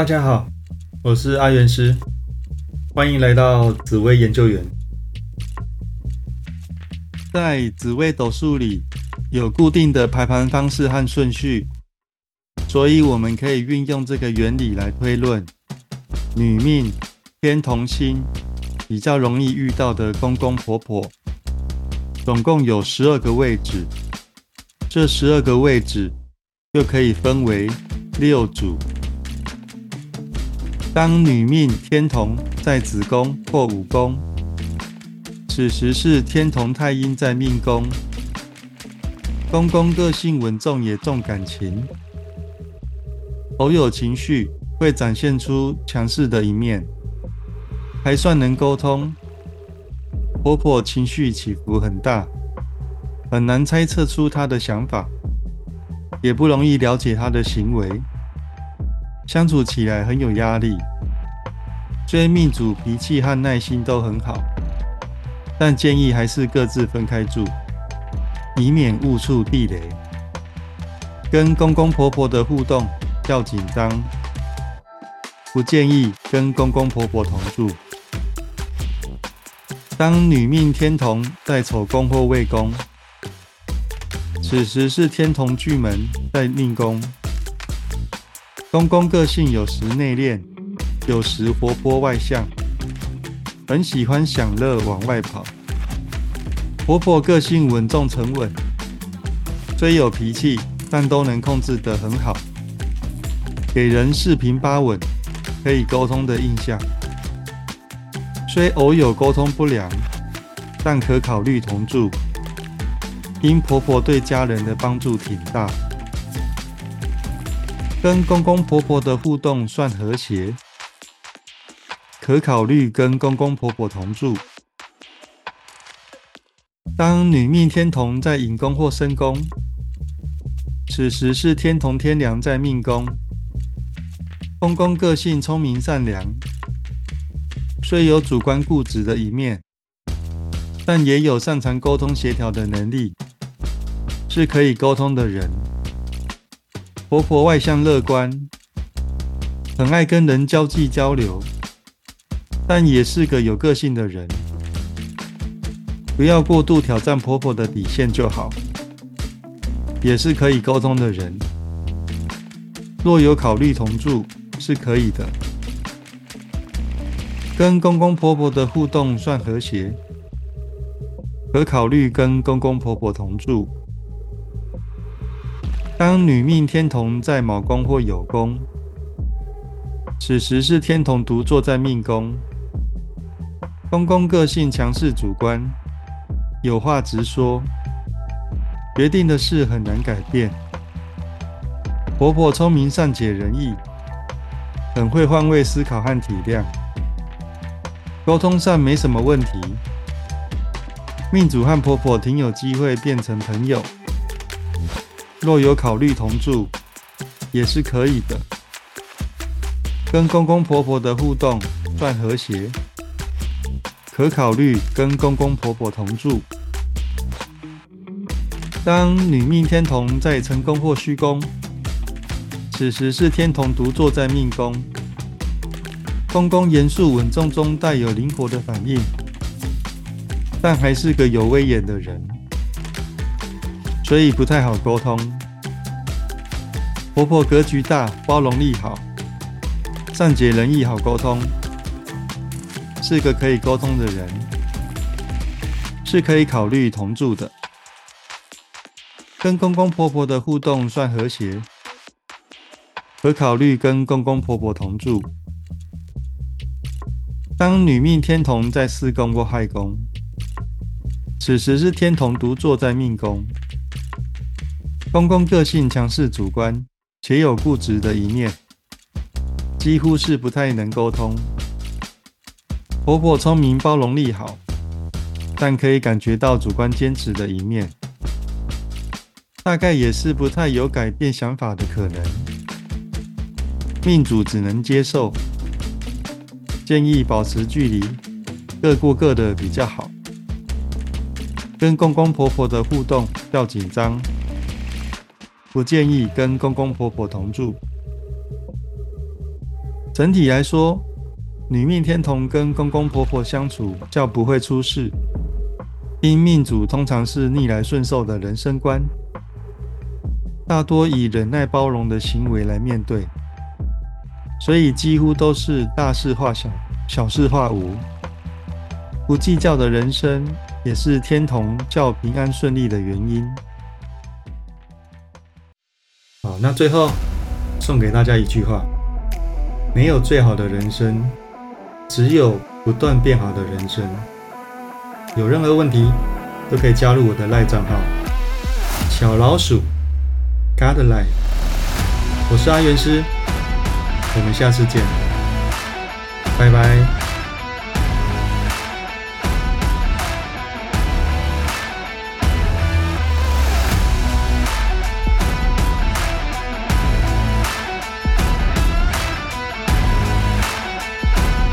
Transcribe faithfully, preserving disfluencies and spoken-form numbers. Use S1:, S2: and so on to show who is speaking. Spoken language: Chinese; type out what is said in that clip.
S1: 大家好，我是阿元师，欢迎来到紫微研究员。在紫微斗数里有固定的排盘方式和顺序，所以我们可以运用这个原理来推论女命天同星比较容易遇到的公公婆婆。总共有十二个位置，这十二个位置又可以分为六组。当女命天同在子宫或午宫，此时是天同太阴在命宫，公公个性稳重也重感情，偶有情绪会展现出强势的一面，还算能沟通。婆婆情绪起伏很大，很难猜测出她的想法，也不容易了解她的行为，相处起来很有压力。虽然命主脾气和耐心都很好，但建议还是各自分开住，以免误触地雷。跟公公婆婆的互动要紧张，不建议跟公公婆婆同住。当女命天同在丑宫或未宫，此时是天同巨门在命宫，公公个性有时内敛，有时活泼外向，很喜欢享乐往外跑。婆婆个性稳重沉稳，虽有脾气，但都能控制得很好，给人四平八稳，可以沟通的印象。虽偶有沟通不良，但可考虑同住，因婆婆对家人的帮助挺大。跟公公婆婆的互动算和谐，可考虑跟公公婆婆同住。当女命天同在寅宫或申宫，此时是天同天梁在命宫，公公个性聪明善良，虽有主观固执的一面，但也有擅长沟通协调的能力，是可以沟通的人。婆婆外向乐观，很爱跟人交际交流，但也是个有个性的人，不要过度挑战婆婆的底线就好，也是可以沟通的人。若有考虑同住，是可以的。跟公公婆婆的互动算和谐，可考虑跟公公婆婆同住。当女命天同在卯宫或酉宫，此时是天同独坐在命宫，公公个性强势主观，有话直说，决定的事很难改变。婆婆聪明善解人意，很会换位思考和体谅，沟通上没什么问题。命主和婆婆挺有机会变成朋友，若有考虑同住，也是可以的。跟公公婆婆的互动算和谐，可考虑跟公公婆婆同住。当女命天同在辰宫或戌宫，此时是天同独坐在命宫，公公严肃稳重中带有灵活的反应，但还是个有威严的人，所以不太好沟通。婆婆格局大，包容力好，善解人意，好沟通，是个可以沟通的人，是可以考虑同住的。跟公公婆婆的互动算和谐，可考虑跟公公婆婆同住。当女命天同在巳宫或亥宫，此时是天同独坐在命宫，公公个性强势主观，且有固执的一面，几乎是不太能沟通。婆婆聪明包容力好，但可以感觉到主观坚持的一面，大概也是不太有改变想法的可能。命主只能接受，建议保持距离，各过各的比较好。跟公公婆婆的互动要紧张，不建议跟公公婆婆同住。 整体来说，女命天同跟公公婆婆相处较不会出事，因命主通常是逆来顺受的人生观，大多以忍耐包容的行为来面对，所以几乎都是大事化小，小事化无。不计较的人生也是天同较平安顺利的原因。好，那最后送给大家一句话：没有最好的人生，只有不断变好的人生。有任何问题都可以加入我的 LINE 账号小老鼠 God Life， 我是阿元师，我们下次见，拜拜。